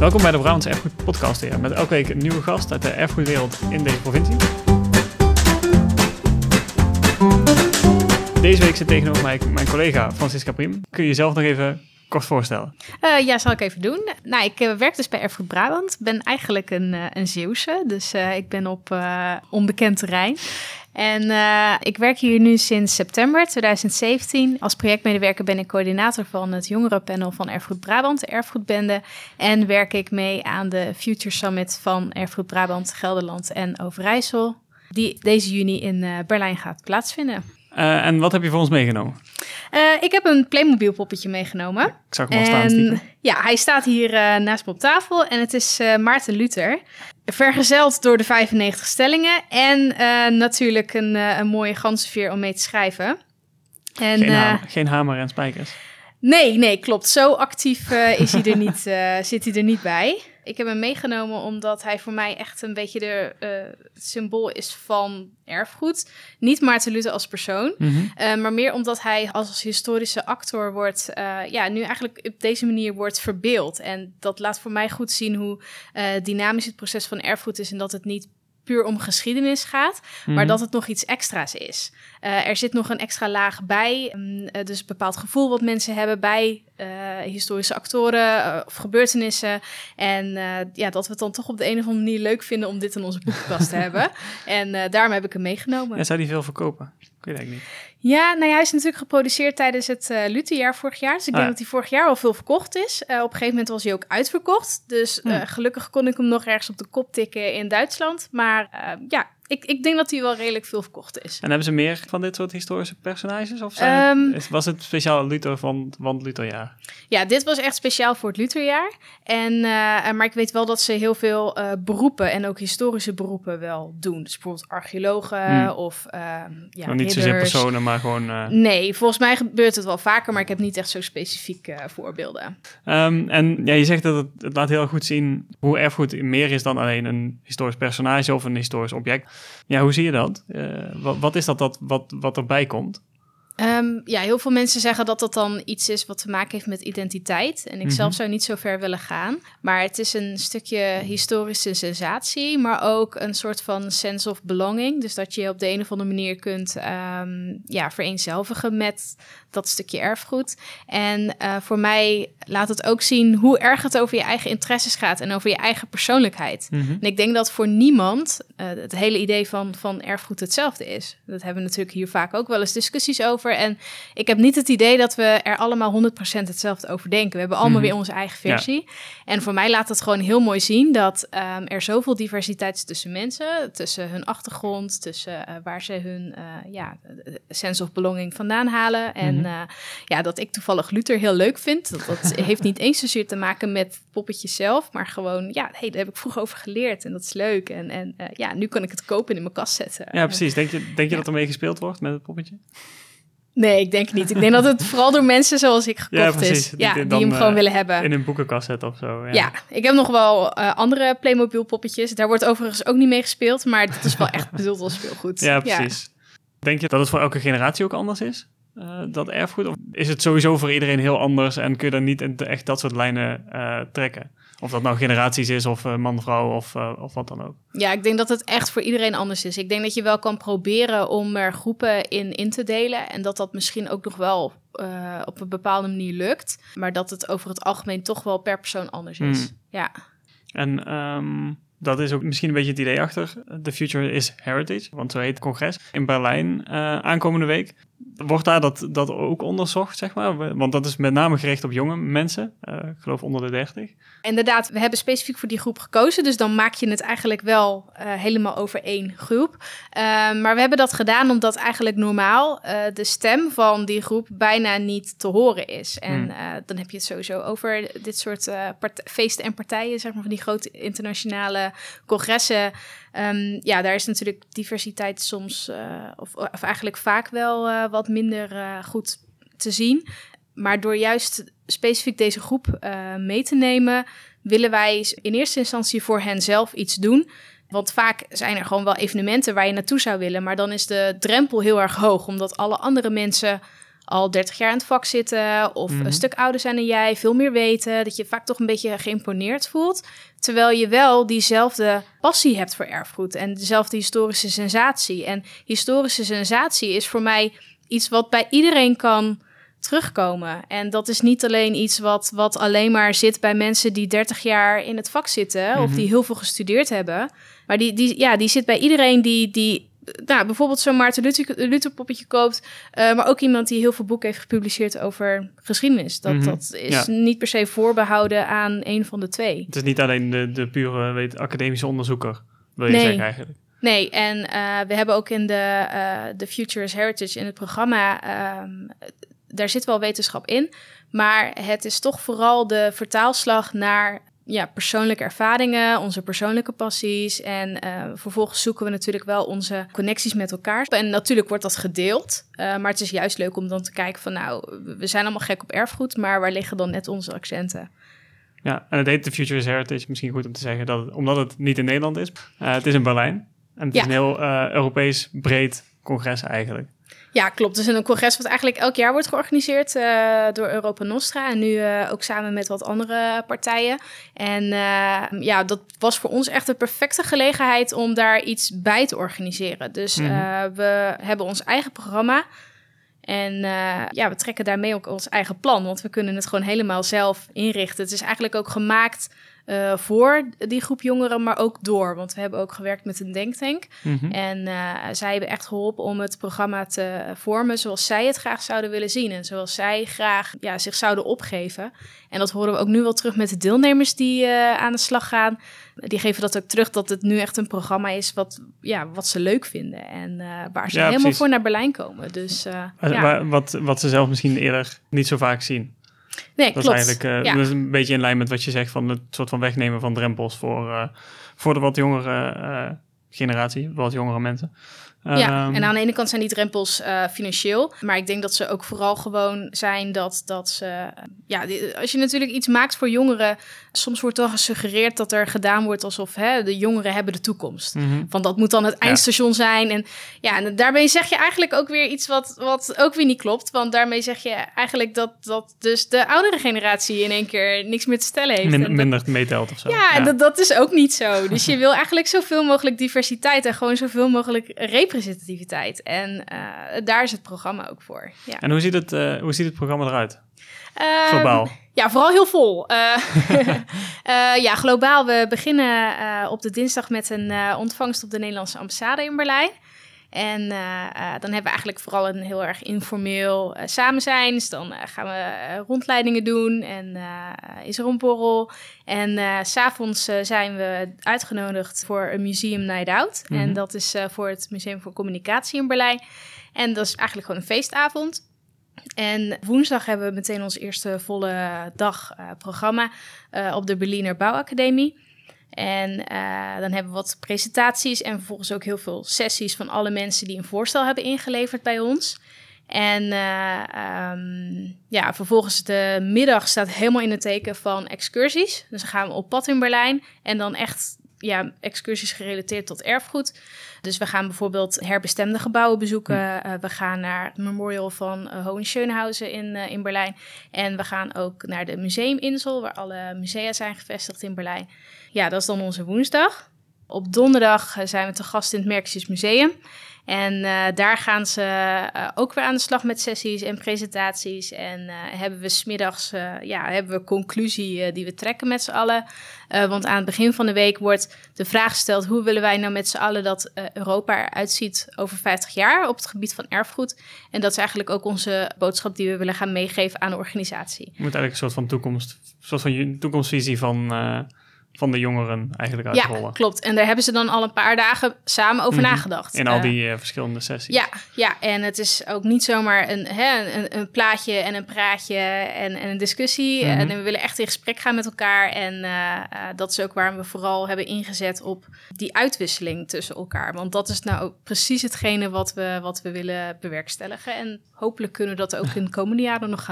Welkom bij de Brabantse Erfgoed Podcast hier, met elke week een nieuwe gast uit de erfgoedwereld in deze provincie. Deze week zit tegenover mij mijn collega Francisca Priem. Kun je jezelf nog even kort voorstellen? Ja, zal ik even doen. Nou, ik werk dus bij Erfgoed Brabant. Ik ben eigenlijk een Zeeuwse, dus ik ben op onbekend terrein. En ik werk hier nu sinds september 2017. Als projectmedewerker ben ik coördinator van het jongerenpanel van Erfgoed Brabant, de Erfgoedbende. En werk ik mee aan de Future Summit van Erfgoed Brabant, Gelderland en Overijssel, die deze juni in Berlijn gaat plaatsvinden. En wat heb je voor ons meegenomen? Ik heb een Playmobil poppetje meegenomen. Ik zag hem al staan stiekem. Ja, hij staat hier naast me op tafel en het is Maarten Luther. Vergezeld door de 95 stellingen en natuurlijk een mooie ganzenveer om mee te schrijven. En, geen hamer en spijkers? Nee, klopt. Zo actief is hij er niet, zit hij er niet bij. Ik heb hem meegenomen omdat hij voor mij echt een beetje het symbool is van erfgoed. Niet Maarten Luther als persoon, maar meer omdat hij als historische actor wordt, nu eigenlijk op deze manier wordt verbeeld. En dat laat voor mij goed zien hoe dynamisch het proces van erfgoed is en dat het niet puur om geschiedenis gaat, maar dat het nog iets extra's is. Er zit nog een extra laag bij, dus een bepaald gevoel wat mensen hebben bij historische actoren of gebeurtenissen. En dat we het dan toch op de een of andere manier leuk vinden om dit in onze boekenkast te hebben. En daarom heb ik hem meegenomen. Ja, zou die veel verkopen? Ik weet eigenlijk niet. Ja, hij is natuurlijk geproduceerd tijdens het Lutherjaar vorig jaar. Dus ik denk dat hij vorig jaar al veel verkocht is. Op een gegeven moment was hij ook uitverkocht. Dus gelukkig kon ik hem nog ergens op de kop tikken in Duitsland. Maar ik denk dat hij wel redelijk veel verkocht is. En hebben ze meer van dit soort historische personages? Of was het speciaal Luther van het Lutherjaar? Ja, dit was echt speciaal voor het Lutherjaar. Maar ik weet wel dat ze heel veel beroepen en ook historische beroepen wel doen. Dus bijvoorbeeld archeologen of niet zozeer personen, maar gewoon... Nee, volgens mij gebeurt het wel vaker, maar ik heb niet echt zo specifiek voorbeelden. Je zegt dat het laat heel erg goed zien hoe erfgoed meer is dan alleen een historisch personage of een historisch object. Ja, hoe zie je dat? Wat is dat wat erbij komt? Heel veel mensen zeggen dat dat dan iets is wat te maken heeft met identiteit. En ik zelf zou niet zo ver willen gaan. Maar het is een stukje historische sensatie, maar ook een soort van sense of belonging. Dus dat je op de een of andere manier kunt vereenzelvigen met dat stukje erfgoed. En voor mij laat het ook zien hoe erg het over je eigen interesses gaat en over je eigen persoonlijkheid. En ik denk dat voor niemand het hele idee van erfgoed hetzelfde is. Dat hebben we natuurlijk hier vaak ook wel eens discussies over. En ik heb niet het idee dat we er allemaal 100% hetzelfde over denken. We hebben allemaal weer onze eigen versie. Ja. En voor mij laat het gewoon heel mooi zien dat er zoveel diversiteit is tussen mensen, tussen hun achtergrond, tussen waar ze hun sense of belonging vandaan halen. En dat ik toevallig Luther heel leuk vind. Dat heeft niet eens zozeer te maken met het poppetje zelf, maar gewoon, daar heb ik vroeger over geleerd en dat is leuk. En nu kan ik het kopen en in mijn kast zetten. Ja, precies. Denk je dat ermee gespeeld wordt met het poppetje? Nee, ik denk niet. Ik denk dat het vooral door mensen zoals ik gekocht is. Die hem gewoon willen hebben. In een boekenkast zetten of zo. Ja, ik heb nog wel andere Playmobil poppetjes. Daar wordt overigens ook niet mee gespeeld, maar dat is wel echt bedoeld als speelgoed. Ja, precies. Ja. Denk je dat het voor elke generatie ook anders is? Dat erfgoed? Of is het sowieso voor iedereen heel anders en kun je dan niet echt dat soort lijnen trekken? Of dat nou generaties is of man-vrouw of wat dan ook. Ja, ik denk dat het echt voor iedereen anders is. Ik denk dat je wel kan proberen om er groepen in te delen. En dat misschien ook nog wel op een bepaalde manier lukt. Maar dat het over het algemeen toch wel per persoon anders is. Ja. En dat is ook misschien een beetje het idee achter The Future is Heritage. Want zo heet het congres in Berlijn aankomende week. Wordt daar dat ook onderzocht, zeg maar? Want dat is met name gericht op jonge mensen. Ik geloof onder de 30. Inderdaad, we hebben specifiek voor die groep gekozen. Dus dan maak je het eigenlijk wel helemaal over één groep. Maar we hebben dat gedaan omdat eigenlijk normaal de stem van die groep bijna niet te horen is. En dan heb je het sowieso over dit soort feesten en partijen, zeg maar, van die grote internationale congressen. Daar is natuurlijk diversiteit soms, of eigenlijk vaak wel wat minder goed te zien. Maar door juist specifiek deze groep mee te nemen, willen wij in eerste instantie voor hen zelf iets doen. Want vaak zijn er gewoon wel evenementen waar je naartoe zou willen, maar dan is de drempel heel erg hoog, omdat alle andere mensen al 30 jaar in het vak zitten of een stuk ouder zijn dan jij, veel meer weten, dat je vaak toch een beetje geïmponeerd voelt, terwijl je wel diezelfde passie hebt voor erfgoed en dezelfde historische sensatie. En historische sensatie is voor mij iets wat bij iedereen kan terugkomen. En dat is niet alleen iets wat alleen maar zit bij mensen die 30 jaar in het vak zitten of die heel veel gestudeerd hebben, maar die zit bij iedereen die bijvoorbeeld zo'n Maarten Luther poppetje koopt, maar ook iemand die heel veel boeken heeft gepubliceerd over geschiedenis. Dat is niet per se voorbehouden aan een van de twee. Het is niet alleen de pure academische onderzoeker, wil je zeggen eigenlijk. Nee, en we hebben ook in de Future is Heritage in het programma, daar zit wel wetenschap in, maar het is toch vooral de vertaalslag naar persoonlijke ervaringen, onze persoonlijke passies. En vervolgens zoeken we natuurlijk wel onze connecties met elkaar. En natuurlijk wordt dat gedeeld. Maar het is juist leuk om dan te kijken van we zijn allemaal gek op erfgoed, maar waar liggen dan net onze accenten? Ja, en het heet The Future is Heritage. Misschien goed om te zeggen, omdat het niet in Nederland is. Het is in Berlijn. En het is een heel Europees breed congres eigenlijk. Ja, klopt. Het is een congres wat eigenlijk elk jaar wordt georganiseerd door Europa Nostra. En nu ook samen met wat andere partijen. En dat was voor ons echt de perfecte gelegenheid om daar iets bij te organiseren. Dus we hebben ons eigen programma. En we trekken daarmee ook ons eigen plan. Want we kunnen het gewoon helemaal zelf inrichten. Het is eigenlijk ook gemaakt voor die groep jongeren, maar ook door. Want we hebben ook gewerkt met een denktank. En zij hebben echt geholpen om het programma te vormen zoals zij het graag zouden willen zien. En zoals zij graag zich zouden opgeven. En dat horen we ook nu wel terug met de deelnemers die aan de slag gaan. Die geven dat ook terug, dat het nu echt een programma is wat ze leuk vinden. En waar ze helemaal voor naar Berlijn komen. Dus, wat ze zelf misschien eerder niet zo vaak zien. Nee, dat klopt. Is eigenlijk dat is een beetje in lijn met wat je zegt van het soort van wegnemen van drempels voor de wat jongere generatie, wat jongere mensen. En aan de ene kant zijn die drempels financieel, maar ik denk dat ze ook vooral gewoon zijn dat ze... als je natuurlijk iets maakt voor jongeren, soms wordt dan gesuggereerd dat er gedaan wordt alsof de jongeren hebben de toekomst. Van dat moet dan het eindstation zijn. En daarmee zeg je eigenlijk ook weer iets wat ook weer niet klopt, want daarmee zeg je eigenlijk dat dus de oudere generatie in één keer niks meer te stellen heeft. Minder meetelt of zo. En dat is ook niet zo. Dus je wil eigenlijk zoveel mogelijk diversiteit en gewoon zoveel mogelijk representativiteit. En daar is het programma ook voor. Ja. En hoe ziet het programma eruit? Globaal? Ja, vooral heel vol. Globaal. We beginnen op de dinsdag met een ontvangst op de Nederlandse ambassade in Berlijn. En dan hebben we eigenlijk vooral een heel erg informeel samen zijn. Dus dan gaan we rondleidingen doen en is er een borrel. En 's avonds zijn we uitgenodigd voor een museum night out. En dat is voor het Museum voor Communicatie in Berlijn. En dat is eigenlijk gewoon een feestavond. En woensdag hebben we meteen ons eerste volle dag programma op de Berliner Bouwacademie. En dan hebben we wat presentaties en vervolgens ook heel veel sessies van alle mensen die een voorstel hebben ingeleverd bij ons. En vervolgens de middag staat helemaal in het teken van excursies. Dus dan gaan we op pad in Berlijn en dan echt excursies gerelateerd tot erfgoed. Dus we gaan bijvoorbeeld herbestemde gebouwen bezoeken. We gaan naar het memorial van Hohenschönhausen in Berlijn. En we gaan ook naar de Museuminsel, waar alle musea zijn gevestigd in Berlijn. Ja, dat is dan onze woensdag. Op donderdag zijn we te gast in het Merkisches Museum. En daar gaan ze ook weer aan de slag met sessies en presentaties. En hebben we 's middags hebben we conclusie die we trekken met z'n allen. Want aan het begin van de week wordt de vraag gesteld: hoe willen wij nou met z'n allen dat Europa eruit ziet over 50 jaar op het gebied van erfgoed? En dat is eigenlijk ook onze boodschap die we willen gaan meegeven aan de organisatie. Je moet eigenlijk een soort van toekomstvisie van de jongeren eigenlijk uitrollen. Ja, klopt. En daar hebben ze dan al een paar dagen samen over nagedacht. In al die verschillende sessies. Ja, en het is ook niet zomaar een plaatje en een praatje en een discussie. En we willen echt in gesprek gaan met elkaar. En dat is ook waarom we vooral hebben ingezet op die uitwisseling tussen elkaar. Want dat is nou ook precies hetgene wat we willen bewerkstelligen. En hopelijk kunnen we dat ook in de komende jaren nog gaan doen.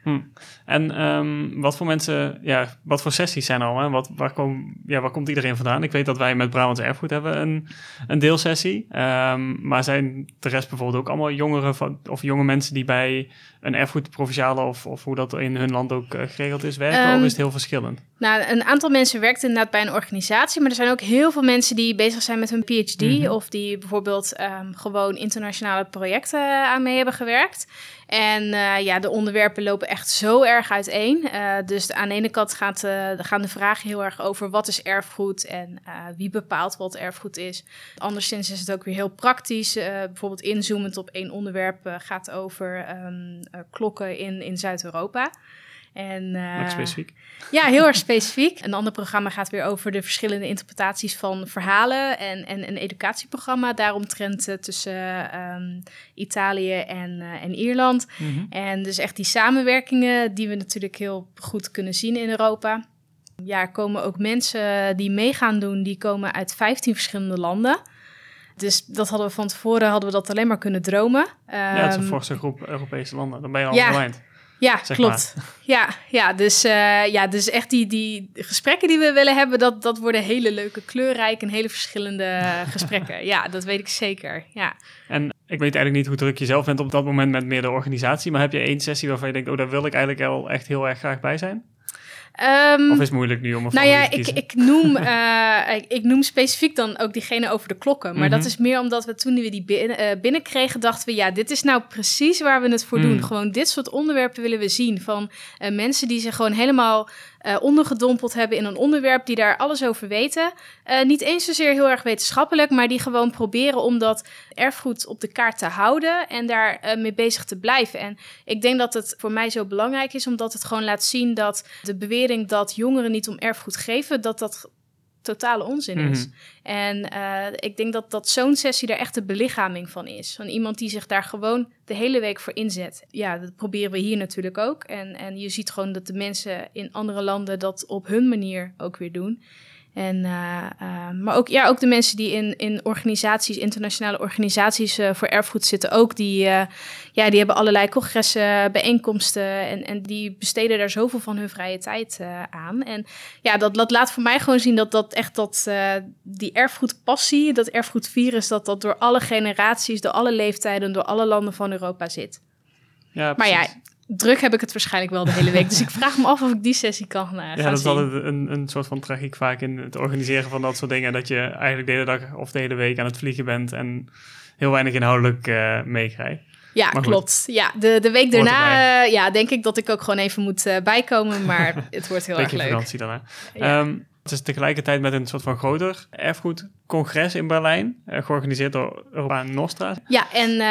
En wat voor mensen, wat voor sessies zijn er al? Hè? Waar komt iedereen vandaan? Ik weet dat wij met Brabants Erfgoed hebben een deelsessie. Maar zijn de rest bijvoorbeeld ook allemaal jongeren of jonge mensen die bij een erfgoedprovinciale of hoe dat in hun land ook geregeld is werken? Of is het heel verschillend? Nou, een aantal mensen werkt inderdaad bij een organisatie, maar er zijn ook heel veel mensen die bezig zijn met hun PhD of die bijvoorbeeld gewoon internationale projecten aan mee hebben gewerkt. En de onderwerpen lopen echt zo erg uiteen. Dus aan de ene kant gaan de vragen heel erg over wat is erfgoed en wie bepaalt wat erfgoed is. Anderszins is het ook weer heel praktisch. Bijvoorbeeld inzoomend op één onderwerp gaat over klokken in Zuid-Europa. Specifiek. Ja, heel erg specifiek. Een ander programma gaat weer over de verschillende interpretaties van verhalen en een educatieprogramma daaromtrent tussen Italië en Ierland. En dus echt die samenwerkingen die we natuurlijk heel goed kunnen zien in Europa. Ja, er komen ook mensen die mee gaan doen, die komen uit 15 verschillende landen. Dus dat hadden we van tevoren alleen maar kunnen dromen. Het is een forse groep Europese landen. Dan ben je al gelijnd. Ja, klopt. Dus echt die gesprekken die we willen hebben, dat worden hele leuke, kleurrijke en hele verschillende gesprekken. Ja, dat weet ik zeker. Ja. En ik weet eigenlijk niet hoe druk je zelf bent op dat moment met meer de organisatie, maar heb je één sessie waarvan je denkt, daar wil ik eigenlijk wel echt heel erg graag bij zijn? Of is het moeilijk nu om een favoriet te kiezen? Ik noem specifiek dan ook diegene over de klokken. Maar dat is meer omdat we toen we die binnenkregen, dachten we, dit is nou precies waar we het voor doen. Gewoon dit soort onderwerpen willen we zien. Van mensen die zich gewoon helemaal ondergedompeld hebben in een onderwerp, die daar alles over weten. Niet eens zozeer heel erg wetenschappelijk, maar die gewoon proberen om dat erfgoed op de kaart te houden en daar mee bezig te blijven. En ik denk dat het voor mij zo belangrijk is, omdat het gewoon laat zien dat de bewering dat jongeren niet om erfgoed geven, dat totale onzin is. En ik denk dat zo'n sessie daar echt de belichaming van is. Van iemand die zich daar gewoon de hele week voor inzet. Ja, dat proberen we hier natuurlijk ook. En je ziet gewoon dat de mensen in andere landen dat op hun manier ook weer doen. Maar ook de mensen die in organisaties, internationale organisaties voor erfgoed zitten ook, die hebben allerlei congressen, bijeenkomsten en die besteden daar zoveel van hun vrije tijd aan. En ja, dat laat voor mij gewoon zien dat die erfgoedpassie, dat erfgoedvirus, dat door alle generaties, door alle leeftijden, door alle landen van Europa zit. Ja, precies. Maar ja, druk heb ik het waarschijnlijk wel de hele week. Dus ik vraag me af of ik die sessie kan gaan zien. Dat is altijd een soort van tragiek vaak in het organiseren van dat soort dingen. Dat je eigenlijk de hele dag of de hele week aan het vliegen bent en heel weinig inhoudelijk meekrijgt. Ja, klopt. Ja, de week daarna denk ik dat ik ook gewoon even moet bijkomen. Maar het wordt heel erg leuk. Vakantie daarna. Ja. Het is tegelijkertijd met een soort van groter erfgoedcongres in Berlijn, georganiseerd door Europa Nostra. Ja,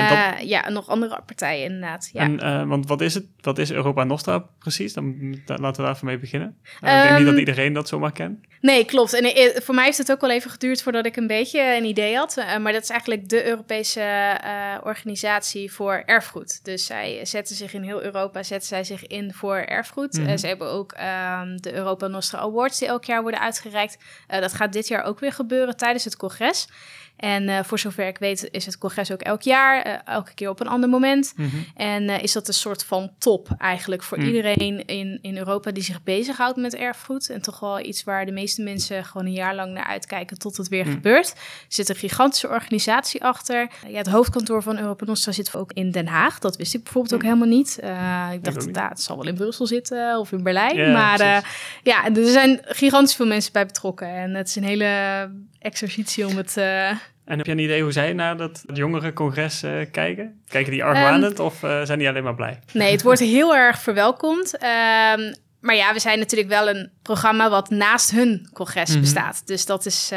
en nog andere partijen inderdaad. Ja. En, want wat is Europa Nostra precies? Laten we daar even mee beginnen. Ik denk niet dat iedereen dat zomaar kent. Nee, klopt. En voor mij heeft het ook wel even geduurd voordat ik een beetje een idee had. Maar dat is eigenlijk de Europese organisatie voor erfgoed. Dus zij zetten zich in heel Europa zich in voor erfgoed. Ze hebben ook de Europa Nostra Awards die elk jaar worden uitgereikt. Dat gaat dit jaar ook weer gebeuren tijdens het congres. En voor zover ik weet is het congres ook elk jaar, elke keer op een ander moment. En is dat een soort van top eigenlijk voor iedereen in Europa die zich bezighoudt met erfgoed. En toch wel iets waar de meeste mensen gewoon een jaar lang naar uitkijken tot het weer gebeurt. Er zit een gigantische organisatie achter. Het hoofdkantoor van Europa Nostra zit ook in Den Haag. Dat wist ik bijvoorbeeld ook helemaal niet. Ik dacht, het zal wel in Brussel zitten of in Berlijn. Ja, maar er zijn gigantisch veel mensen bij betrokken. En het is een hele exercitie om het... En heb je een idee hoe zij naar dat jongerencongres kijken? Kijken die argwanend of zijn die alleen maar blij? Nee, het wordt heel erg verwelkomd. Maar ja, we zijn natuurlijk wel een programma wat naast hun congres bestaat. Dus dat is...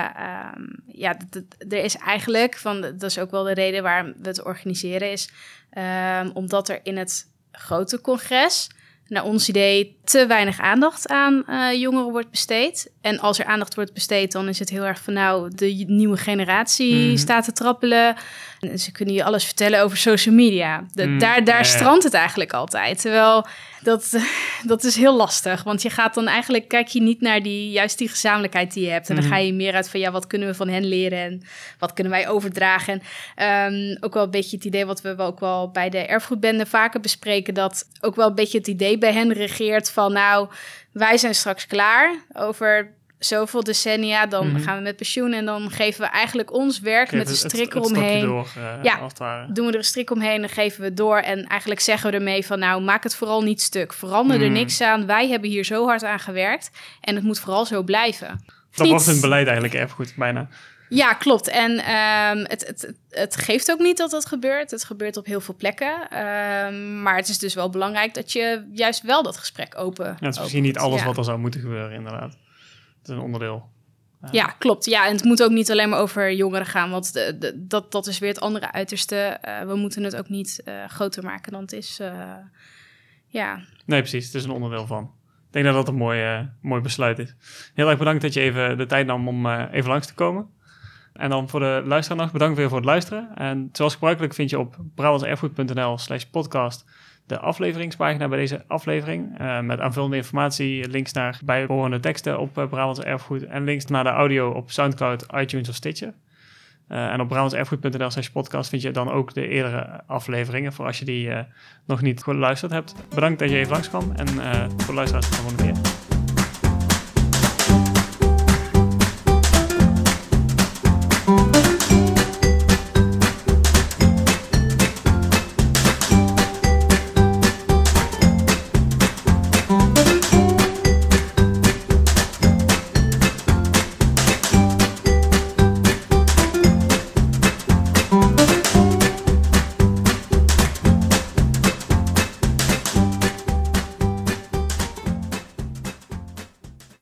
er is eigenlijk... dat is ook wel de reden waarom we het organiseren is... omdat er in het grote congres... naar ons idee te weinig aandacht aan jongeren wordt besteed. En als er aandacht wordt besteed, dan is het heel erg van... de nieuwe generatie staat te trappelen. En ze kunnen je alles vertellen over social media. Daar strandt het eigenlijk altijd. Terwijl dat is heel lastig. Want je gaat dan eigenlijk, kijk je niet naar die gezamenlijkheid die je hebt. En dan ga je meer uit van, wat kunnen we van hen leren en wat kunnen wij overdragen. Ook wel een beetje het idee wat we ook wel bij de erfgoedbende vaker bespreken, dat ook wel een beetje het idee bij hen regeert van, wij zijn straks klaar over zoveel decennia, dan gaan we met pensioen en dan geven we eigenlijk ons werk met een strik eromheen. Doen we er een strik omheen, dan geven we het door en eigenlijk zeggen we ermee van, maak het vooral niet stuk. Verander er niks aan. Wij hebben hier zo hard aan gewerkt en het moet vooral zo blijven. Dat wordt een beleid eigenlijk erfgoed, bijna. Ja, klopt. En het geeft ook niet dat dat gebeurt. Het gebeurt op heel veel plekken. Maar het is dus wel belangrijk dat je juist wel dat gesprek open... Ja, het is misschien niet alles wat er zou moeten gebeuren, inderdaad. Het is een onderdeel. Ja, klopt. Ja, en het moet ook niet alleen maar over jongeren gaan, want dat is weer het andere uiterste. We moeten het ook niet groter maken dan het is. Nee, precies. Het is een onderdeel van. Ik denk dat dat een mooi besluit is. Heel erg bedankt dat je even de tijd nam om even langs te komen. En dan voor de luisteraar nog, bedankt weer voor het luisteren. En zoals gebruikelijk vind je op brabantserfgoed.nl/podcast de afleveringspagina bij deze aflevering. Met aanvullende informatie, links naar bijbehorende teksten op Brabants Erfgoed en links naar de audio op Soundcloud, iTunes of Stitcher. En op brabantserfgoed.nl/podcast vind je dan ook de eerdere afleveringen, voor als je die nog niet geluisterd hebt. Bedankt dat je even langskwam en voor de luisteraars tot de volgende keer.